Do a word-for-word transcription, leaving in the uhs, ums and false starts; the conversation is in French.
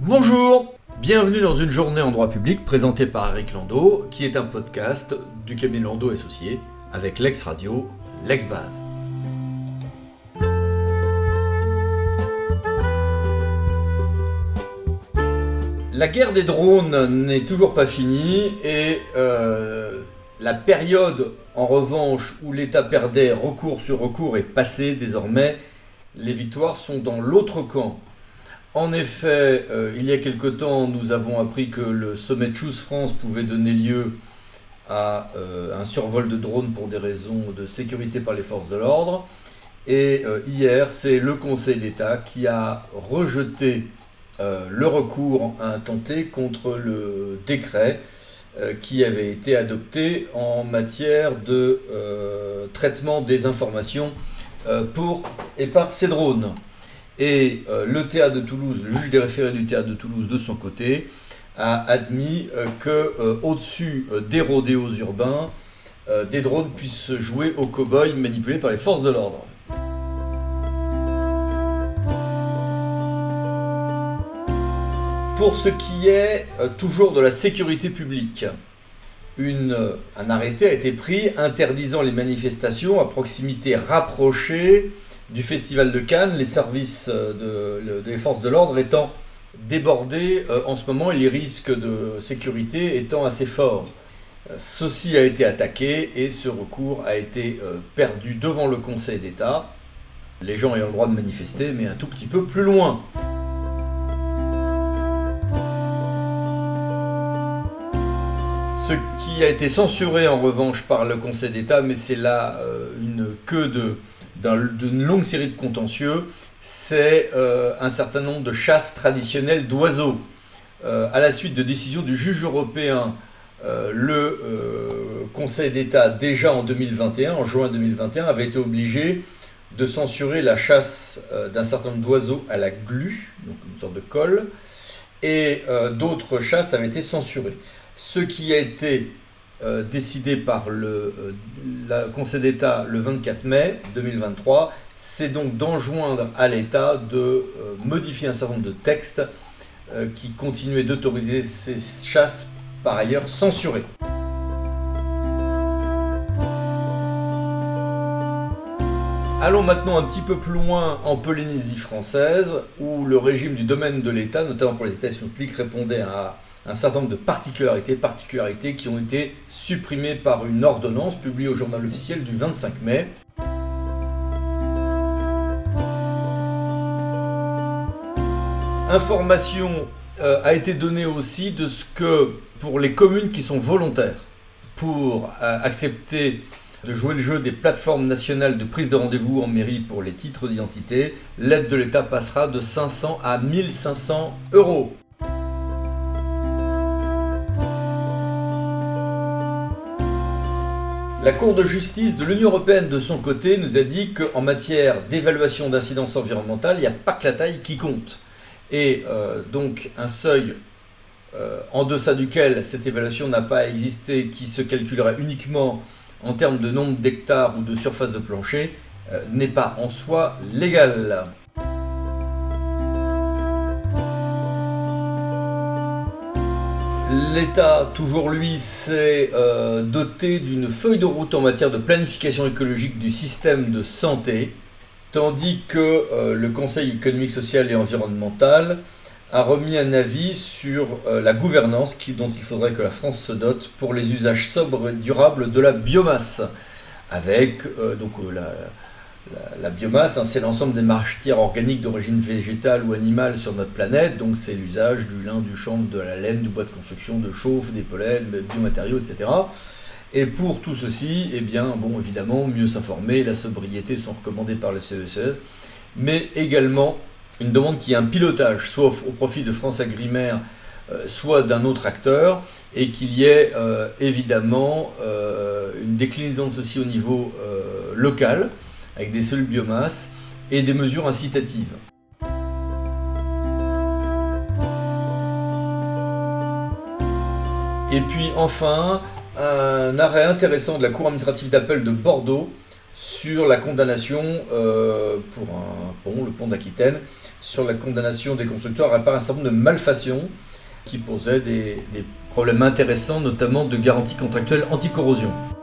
Bonjour, bienvenue dans une journée en droit public présentée par Eric Landau, qui est un podcast du cabinet Landau Associés avec Lex Radio, Lex Base. La guerre des drones n'est toujours pas finie et euh, la période en revanche où l'État perdait recours sur recours est passée désormais. Les victoires sont dans l'autre camp. En effet, euh, il y a quelque temps, nous avons appris que le sommet Choose France pouvait donner lieu à euh, un survol de drones pour des raisons de sécurité par les forces de l'ordre. Et euh, hier, c'est le Conseil d'État qui a rejeté euh, le recours intenté contre le décret euh, qui avait été adopté en matière de euh, traitement des informations euh, pour et par ces drones. Et euh, le théâtre de Toulouse, le juge des référés du théâtre de Toulouse de son côté, a admis euh, que euh, au-dessus euh, des rodéos urbains, euh, des drones puissent jouer aux cow-boys manipulés par les forces de l'ordre. Pour ce qui est euh, toujours de la sécurité publique, une, euh, un arrêté a été pris interdisant les manifestations à proximité rapprochée du Festival de Cannes, les services de, de, des forces de l'ordre étant débordés euh, en ce moment et les risques de sécurité étant assez forts. Euh, ceci a été attaqué et ce recours a été euh, perdu devant le Conseil d'État, les gens ayant le droit de manifester, mais un tout petit peu plus loin. Ce qui a été censuré en revanche par le Conseil d'État, mais c'est là euh, une queue de... d'une longue série de contentieux, c'est euh, un certain nombre de chasses traditionnelles d'oiseaux. Euh, à la suite de décisions du juge européen, euh, le euh, Conseil d'État, déjà en deux mille vingt et un, en juin deux mille vingt et un, avait été obligé de censurer la chasse euh, d'un certain nombre d'oiseaux à la glu, donc une sorte de colle, et euh, d'autres chasses avaient été censurées. Ce qui a été Euh, décidé par le euh, la Conseil d'État le vingt-quatre mai deux mille vingt-trois, c'est donc d'enjoindre à l'État de euh, modifier un certain nombre de textes euh, qui continuaient d'autoriser ces chasses par ailleurs censurées. Allons maintenant un petit peu plus loin en Polynésie française, où le régime du domaine de l'État, notamment pour les établissements publics, répondait à un certain nombre de particularités, particularités qui ont été supprimées par une ordonnance publiée au journal officiel du vingt-cinq mai. Information euh, a été donnée aussi de ce que pour les communes qui sont volontaires pour euh, accepter de jouer le jeu des plateformes nationales de prise de rendez-vous en mairie pour les titres d'identité, l'aide de l'État passera de cinq cents à mille cinq cents euros. La Cour de justice de l'Union européenne, de son côté, nous a dit qu'en matière d'évaluation d'incidence environnementale, il n'y a pas que la taille qui compte. Et euh, donc un seuil euh, en deçà duquel cette évaluation n'a pas existé, qui se calculerait uniquement en termes de nombre d'hectares ou de surface de plancher, euh, n'est pas en soi légal. L'État, toujours lui, s'est euh, doté d'une feuille de route en matière de planification écologique du système de santé, tandis que euh, le Conseil économique, social et environnemental a remis un avis sur euh, la gouvernance qui, dont il faudrait que la France se dote pour les usages sobres et durables de la biomasse, avec euh, donc, euh, la, la, la biomasse, hein, c'est l'ensemble des matières organiques d'origine végétale ou animale sur notre planète, donc c'est l'usage du lin, du chanvre, de la laine, du bois de construction, de chauffe, des pollens, des biomatériaux, et cetera. Et pour tout ceci, eh bien, bon, évidemment, mieux s'informer, la sobriété sont recommandées par le C E C E, mais également une demande qui ait un pilotage, soit au profit de France Agrimaire, euh, soit d'un autre acteur, et qu'il y ait euh, évidemment euh, une déclinaison de ceci au niveau euh, local, avec des cellules biomasse et des mesures incitatives. Et puis enfin, un arrêt intéressant de la Cour administrative d'appel de Bordeaux sur la condamnation euh, pour un pont, le pont d'Aquitaine, sur la condamnation des constructeurs à réparer un certain nombre de malfaçons qui posaient des, des problèmes intéressants, notamment de garantie contractuelle anti-corrosion.